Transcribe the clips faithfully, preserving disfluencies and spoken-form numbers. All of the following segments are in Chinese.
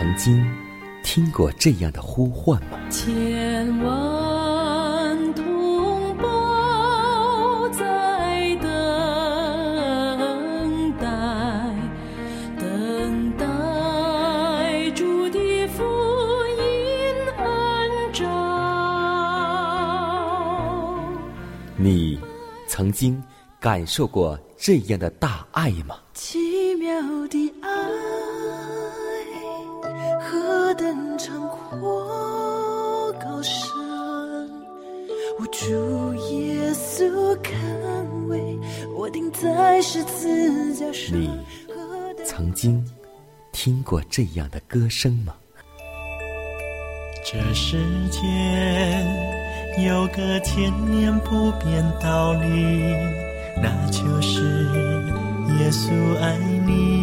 曾经听过这样的呼唤吗？ 千万同胞在等待，等待主的福音恩召。 你曾经感受过这样的大爱吗？ 奇妙的爱，何等长阔高深，我主耶稣看为我钉在十字架上。 你曾经听过这样的歌声吗？ 这世间有个千年不变道理，那就是耶稣爱你。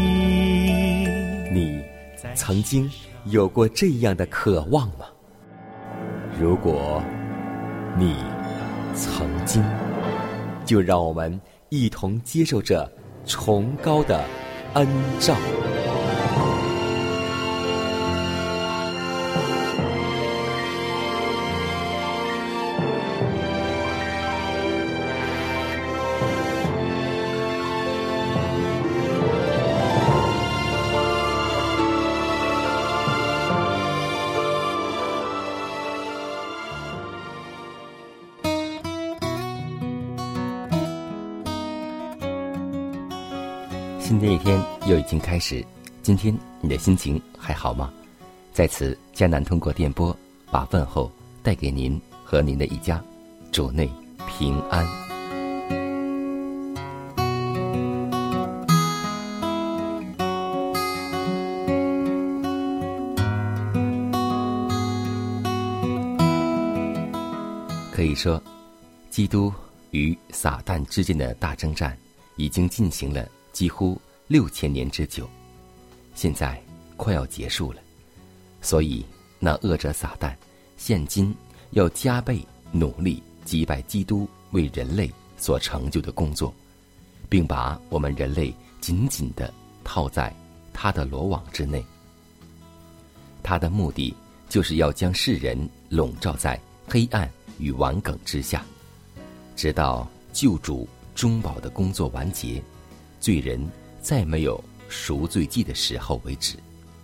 你曾经有过这样的渴望吗？如果你曾经，就让我们一同接受这崇高的恩召。 新的一天又已经开始，今天你的心情还好吗？在此，迦南通过电波把问候带给您和您的一家，主内平安。可以说，基督与撒旦之间的大征战已经进行了几乎六千年之久，现在快要结束了。所以那恶者撒旦现今要加倍努力击败基督为人类所成就的工作，并把我们人类紧紧地套在他的罗网之内。他的目的就是要将世人笼罩在黑暗与顽梗之下，直到救主中保的工作完结，罪人再没有赎罪祭的时候为止。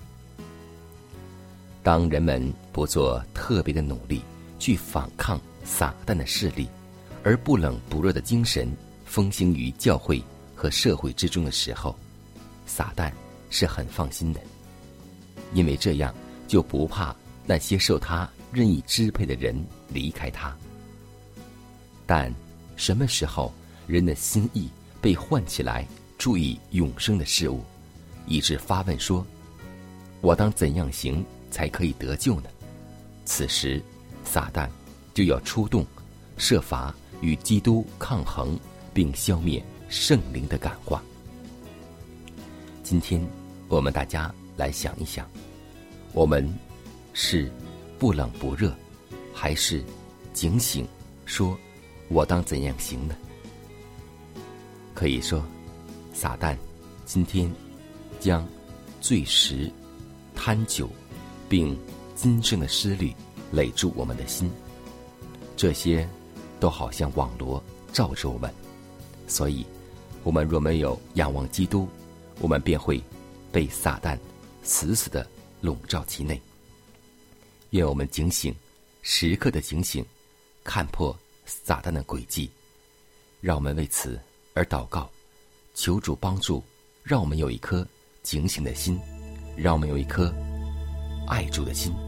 当人们不做特别的努力去反抗撒旦的势力，而不冷不热的精神风行于教会和社会之中的时候，撒旦是很放心的，因为这样就不怕那些受他任意支配的人离开他。但什么时候人的心意被唤起来注意永生的事物，以致发问说，我当怎样行才可以得救呢？此时撒旦就要出动，设法与基督抗衡，并消灭圣灵的感化。今天我们大家来想一想，我们是不冷不热，还是警醒说我当怎样行呢？可以说，撒旦今天将醉食、贪酒并今生的思虑累住我们的心，这些都好像网罗罩着我们，所以我们若没有仰望基督，我们便会被撒旦死死地笼罩其内。愿我们警醒，时刻的警醒，看破撒旦的诡计。让我们为此而祷告，求主帮助，让我们有一颗警醒的心，让我们有一颗爱主的心。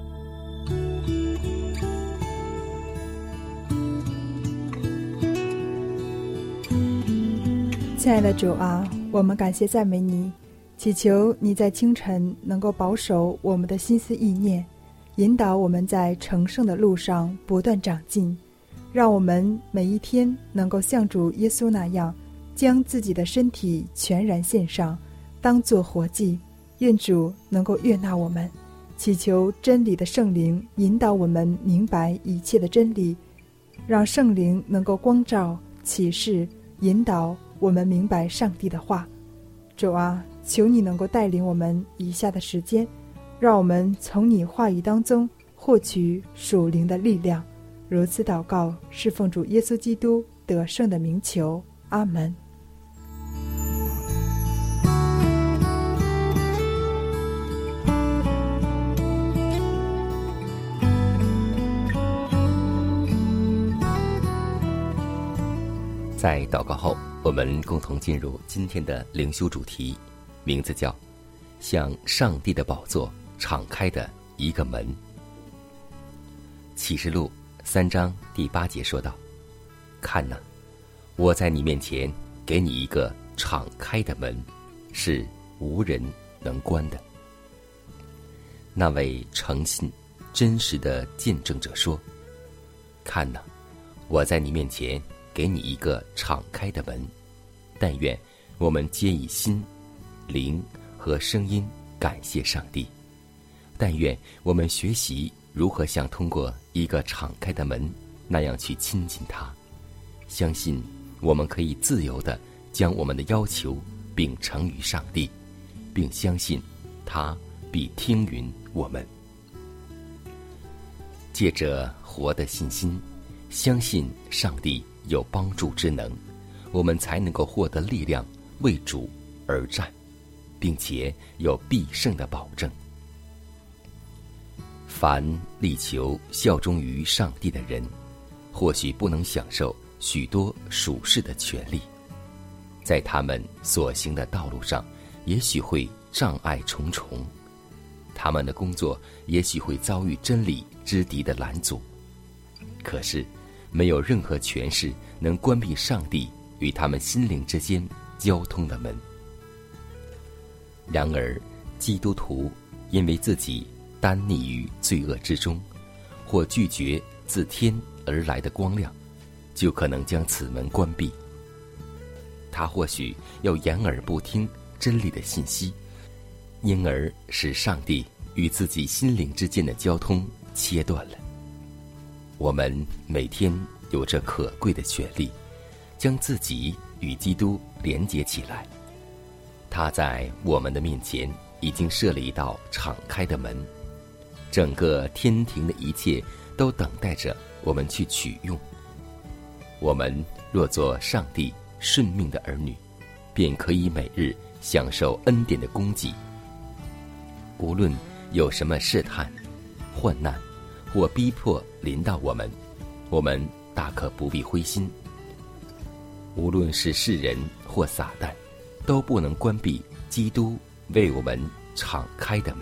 亲爱的主啊，我们感谢赞美你，祈求你在清晨能够保守我们的心思意念，引导我们在成圣的路上不断长进，让我们每一天能够像主耶稣那样，将自己的身体全然献上，当作活祭。愿主能够悦纳我们，祈求真理的圣灵引导我们明白一切的真理，让圣灵能够光照、启示、引导我们明白上帝的话。主啊，求你能够带领我们以下的时间， 让我们从你话语当中获取属灵的力量。如此祷告，是奉主耶稣基督得胜的名求，阿门。 在祷告后，我们共同进入今天的灵修主题，名字叫向上帝的宝座敞开的一个门。启示录三章第八节说道：看哪，我在你面前给你一个敞开的门，是无人能关的。那位诚信真实的见证者说：看哪，我在你面前给你一个敞开的门，但愿我们皆以心、灵和声音感谢上帝。但愿我们学习如何像通过一个敞开的门那样去亲近他，相信我们可以自由地将我们的要求秉承于上帝，并相信他必听允我们。借着活的信心，相信上帝有帮助之能，我们才能够获得力量为主而战，并且有必胜的保证。凡力求效忠于上帝的人，或许不能享受许多属世的权利，在他们所行的道路上也许会障碍重重，他们的工作也许会遭遇真理之敌的拦阻。可是没有任何权势能关闭上帝与他们心灵之间交通的门。然而基督徒因为自己单溺于罪恶之中，或拒绝自天而来的光亮，就可能将此门关闭。他或许要掩耳不听真理的信息，因而使上帝与自己心灵之间的交通切断了。我们每天有着可贵的权利，将自己与基督连结起来。他在我们的面前已经设了一道敞开的门，整个天庭的一切都等待着我们去取用。我们若做上帝顺命的儿女，便可以每日享受恩典的供给。无论有什么试探、患难或逼迫临到我们，我们大可不必灰心。无论是世人或撒旦，都不能关闭基督为我们敞开的门。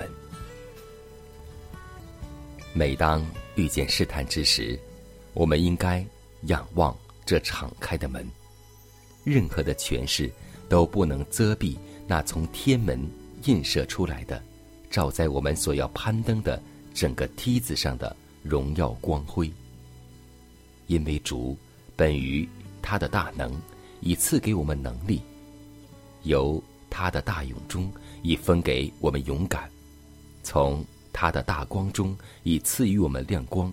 每当遇见试探之时，我们应该仰望这敞开的门。任何的权势都不能遮蔽那从天门映射出来的，照在我们所要攀登的整个梯子上的荣耀光辉。因为主本于他的大能已赐给我们能力，由他的大勇中已分给我们勇敢，从他的大光中已赐予我们亮光。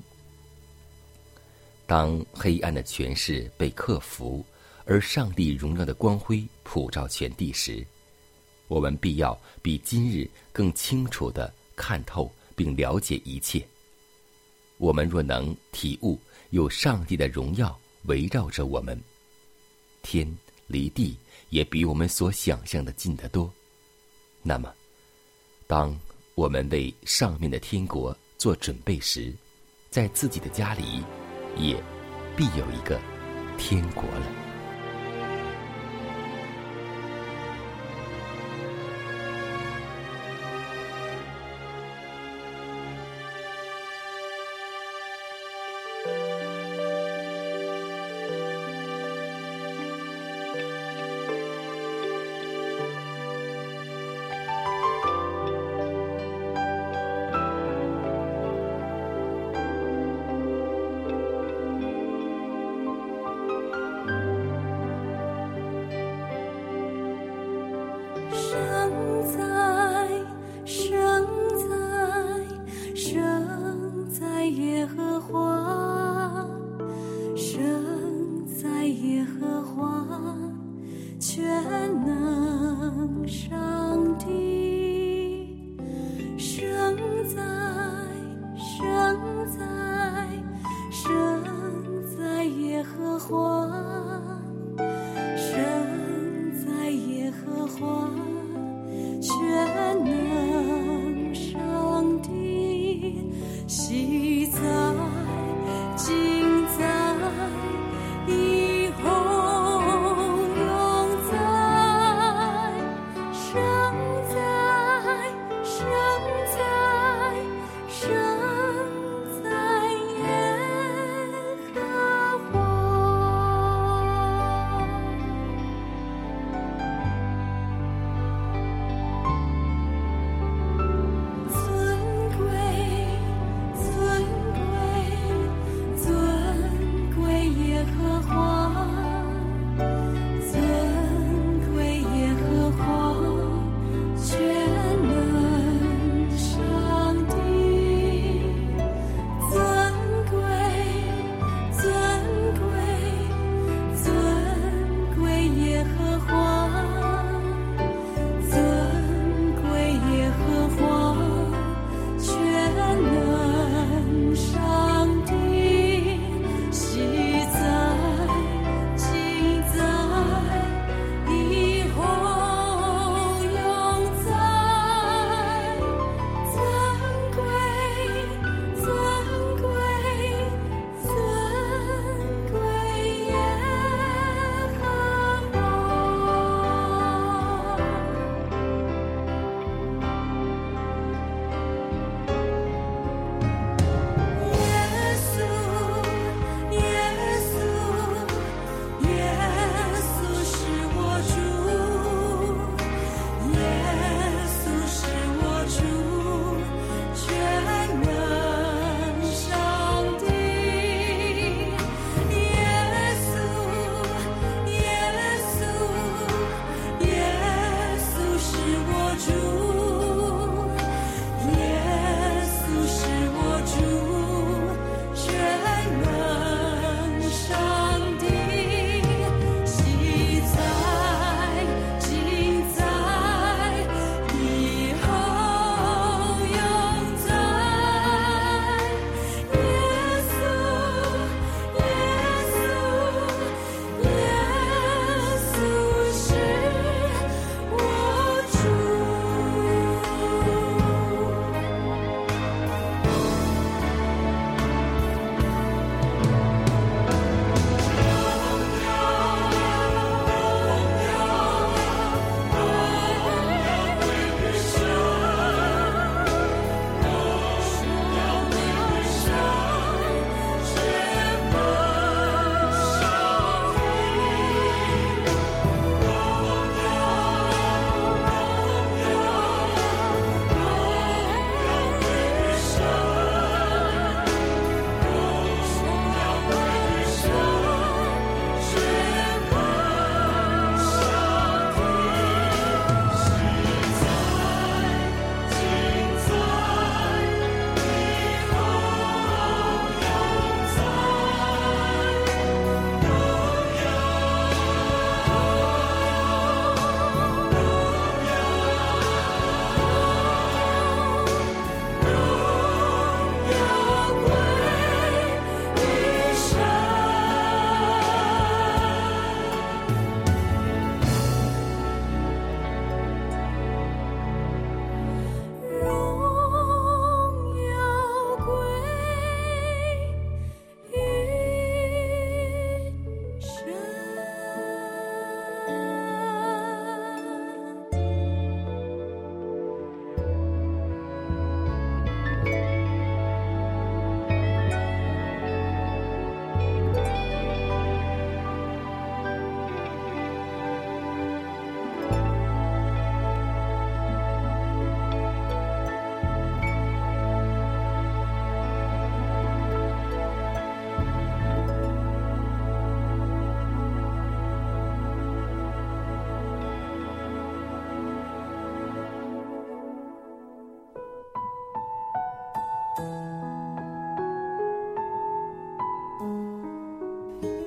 当黑暗的权势被克服，而上帝荣耀的光辉普照全地时，我们必要比今日更清楚地看透并了解一切。我们若能体悟有上帝的荣耀围绕着我们，天离地也比我们所想象的近得多，那么当我们为上面的天国做准备时，在自己的家里也必有一个天国了。 全能上帝，生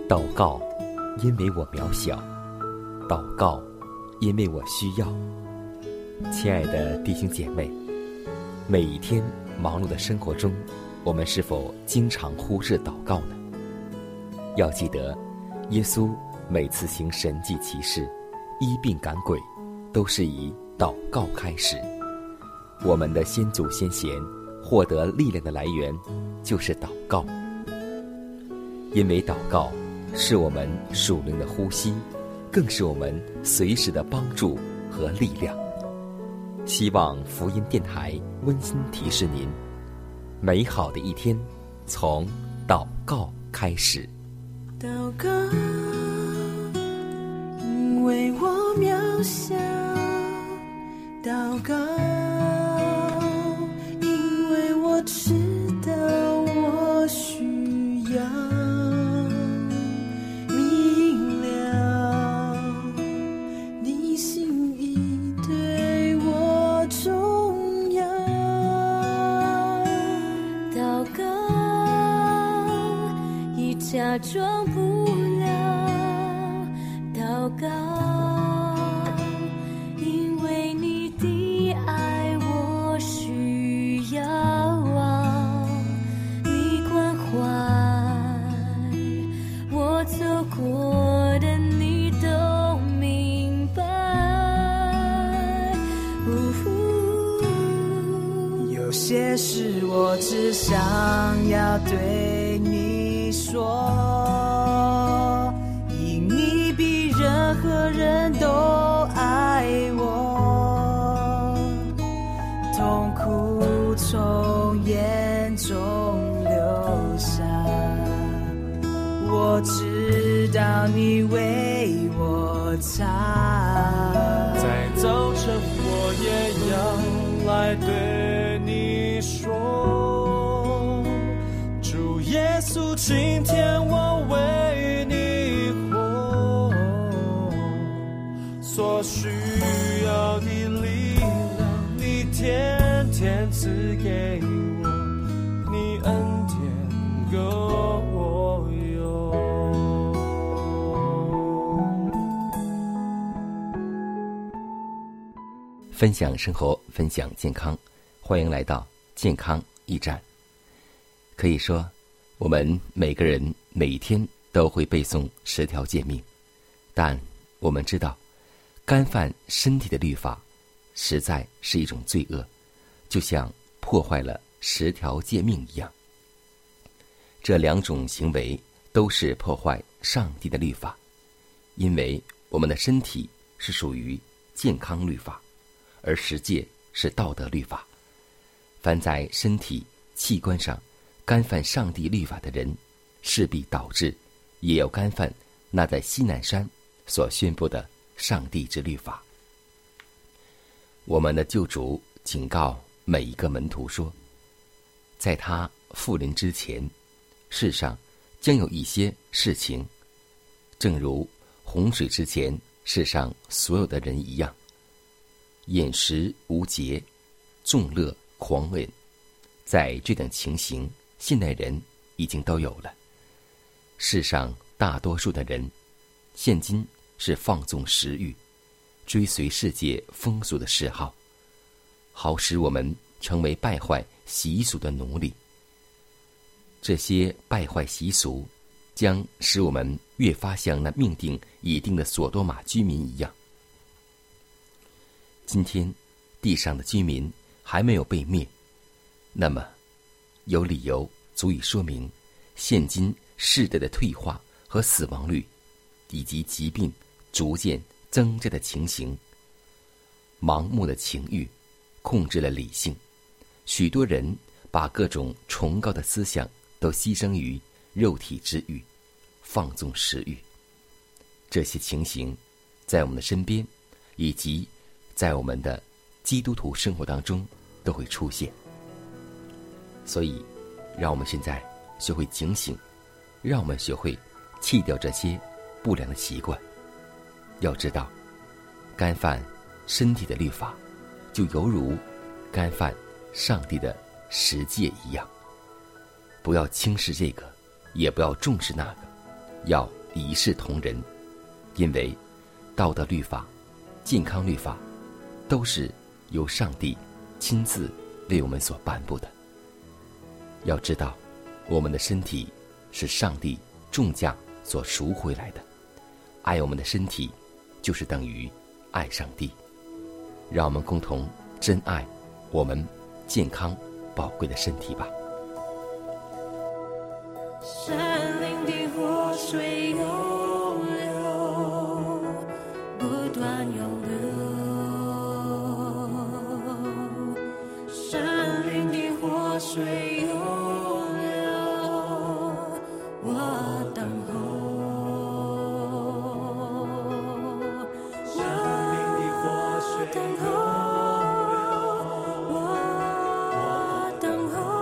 祷告，因为我渺小；祷告，因为我需要。亲爱的弟兄姐妹，每一天忙碌的生活中，我们是否经常忽视祷告呢？要记得，耶稣每次行神迹奇事、医病赶鬼，都是以祷告开始。我们的先祖先贤获得力量的来源就是祷告，因为祷告是我们属灵的呼吸，更是我们随时的帮助和力量。希望福音电台温馨提示您，美好的一天从祷告开始。 祷告，因为我渺小；祷告，因为我知道我需要。明了你心意对我重要。祷告，已假装不了。祷告，因为你的爱我需要啊，你关怀我走过的你都明白。有些事我只想要对你说，因你比任何人都爱我，痛苦从眼中流下，我知道你为我擦。 在早晨我也要来对你说，主耶稣，今天我为你活，所需要的力量你天天赐给我，你恩典够我用。 分享生活，分享健康，欢迎来到健康驿站。可以说，我们每个人每一天都会背诵十条诫命，但我们知道，干犯身体的律法实在是一种罪恶，就像破坏了十条诫命一样。这两种行为都是破坏上帝的律法，因为我们的身体是属于健康律法，而十诫是道德律法。凡在身体器官上干犯上帝律法的人，势必导致也要干犯那在西乃山所宣布的上帝之律法。我们的救主警告每一个门徒说，在他复临之前，世上将有一些事情，正如洪水之前世上所有的人一样，饮食无节，众乐狂饮。在这等情形，现代人已经都有了。世上大多数的人现今是放纵食欲，追随世界风俗的嗜好，好使我们成为败坏习俗的奴隶。这些败坏习俗将使我们越发像那命定已定的索多玛居民一样。今天地上的居民还没有被灭，那么有理由足以说明现今世代的退化和死亡率，以及疾病逐渐增加的情形。盲目的情欲控制了理性，许多人把各种崇高的思想都牺牲于肉体之欲，放纵食欲。这些情形在我们的身边，以及在我们的基督徒生活当中都会出现。所以让我们现在学会警醒，让我们学会弃掉这些不良的习惯。要知道，干犯身体的律法，就犹如干犯上帝的十诫一样。不要轻视这个，也不要重视那个，要一视同仁，因为道德律法、健康律法都是由上帝亲自为我们所颁布的。要知道，我们的身体是上帝重价所赎回来的，爱我们的身体就是等于爱上帝。让我们共同珍爱我们健康宝贵的身体吧。 山林的活水涌流，不断涌流。山林的活水涌流，我等候。山林的活水涌流，我等候。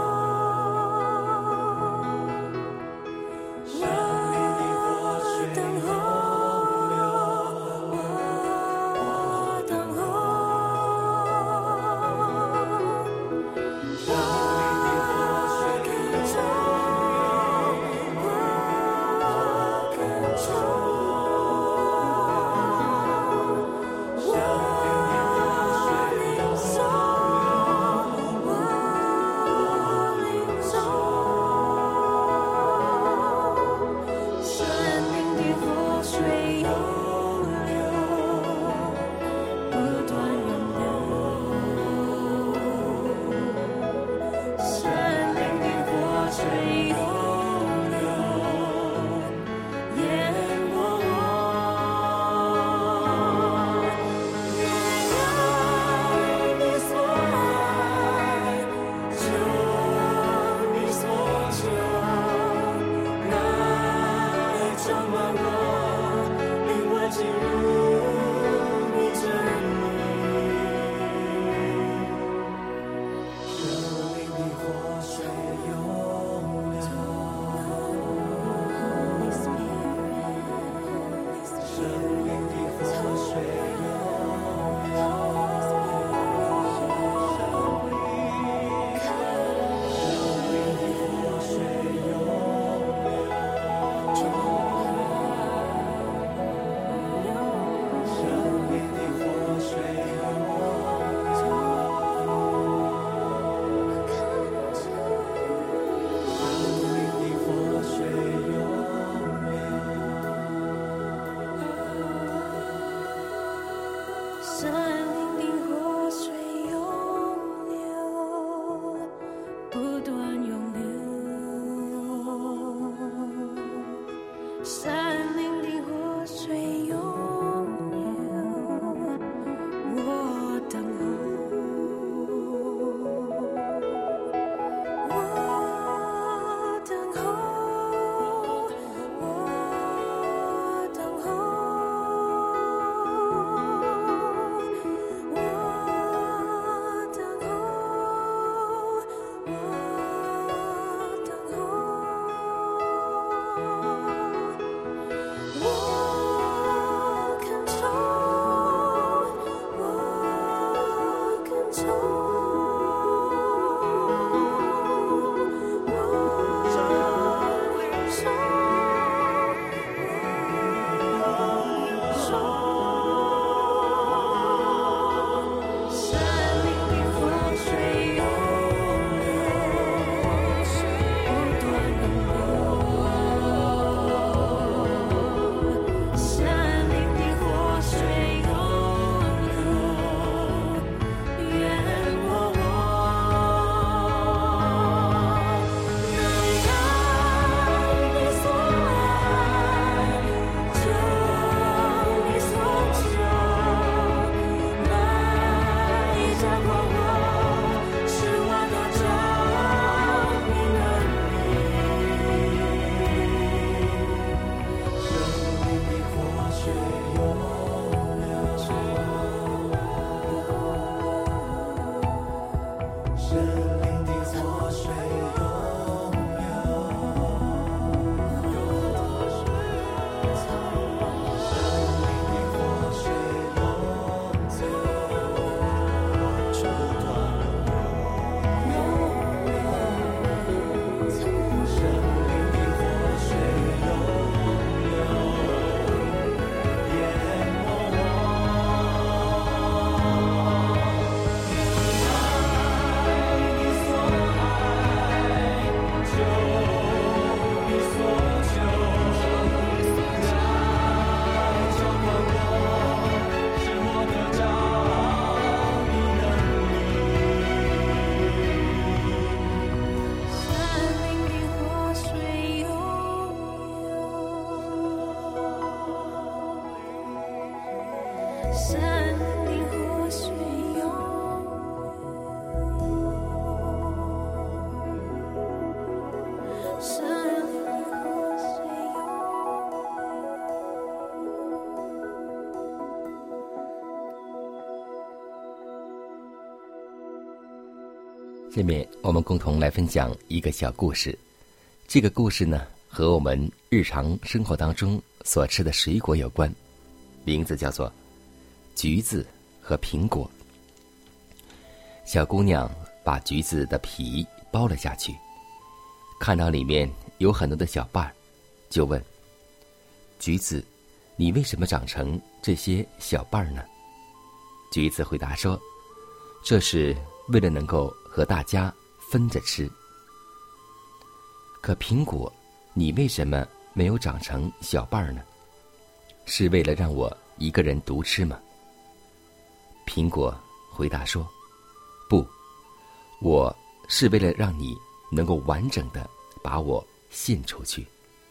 下面我们共同来分享一个小故事。这个故事呢，和我们日常生活当中所吃的水果有关，名字叫做橘子和苹果。小姑娘把橘子的皮剥了下去，看到里面有很多的小瓣儿，就问：橘子，你为什么长成这些小瓣儿呢？橘子回答说：这是为了能够和大家分着吃。可苹果，你为什么没有长成小瓣儿呢？是为了让我一个人独吃吗？苹果回答说：不，我是为了让你能够完整的把我献出去。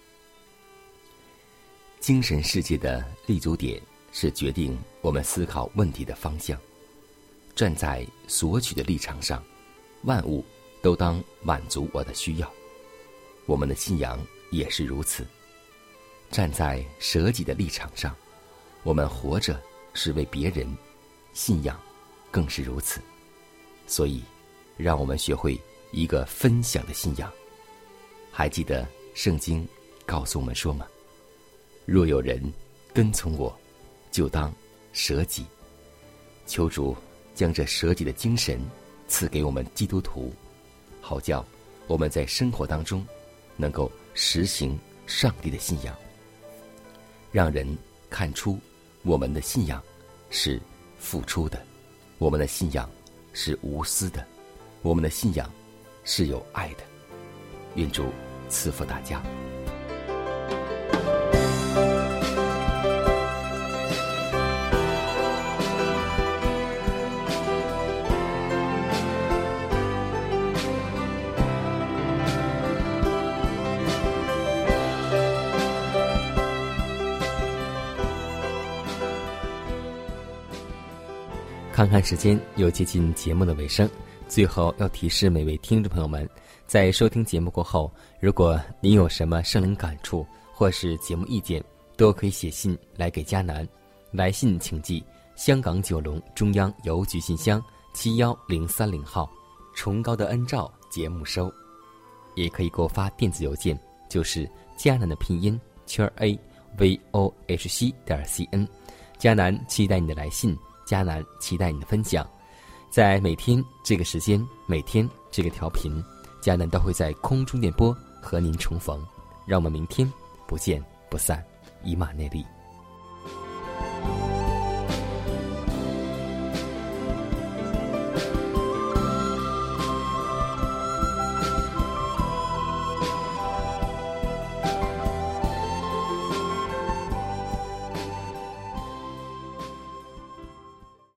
精神世界的立足点是决定我们思考问题的方向。站在索取的立场上，万物都当满足我的需要。我们的信仰也是如此。站在舍己的立场上，我们活着是为别人，信仰更是如此。所以让我们学会一个分享的信仰。还记得圣经告诉我们说吗？若有人跟从我，就当舍己。求主将这舍己的精神赐给我们基督徒，好叫我们在生活当中能够实行上帝的信仰，让人看出我们的信仰是付出的，我们的信仰是无私的，我们的信仰是有爱的。愿主赐福大家。看看时间，又接近节目的尾声，最后要提示每位听众朋友们，在收听节目过后，如果您有什么圣灵感触或是节目意见，都可以写信来给迦南。来信请寄香港九龙中央邮局信箱七幺零三零号，崇高的恩照节目收。也可以给我发电子邮件，就是迦南的拼音圈 a v o h c 点 c n。迦南期待你的来信，迦南期待你的分享。在每天这个时间，每天这个调频，迦南都会在空中电波和您重逢。让我们明天不见不散。以马内利。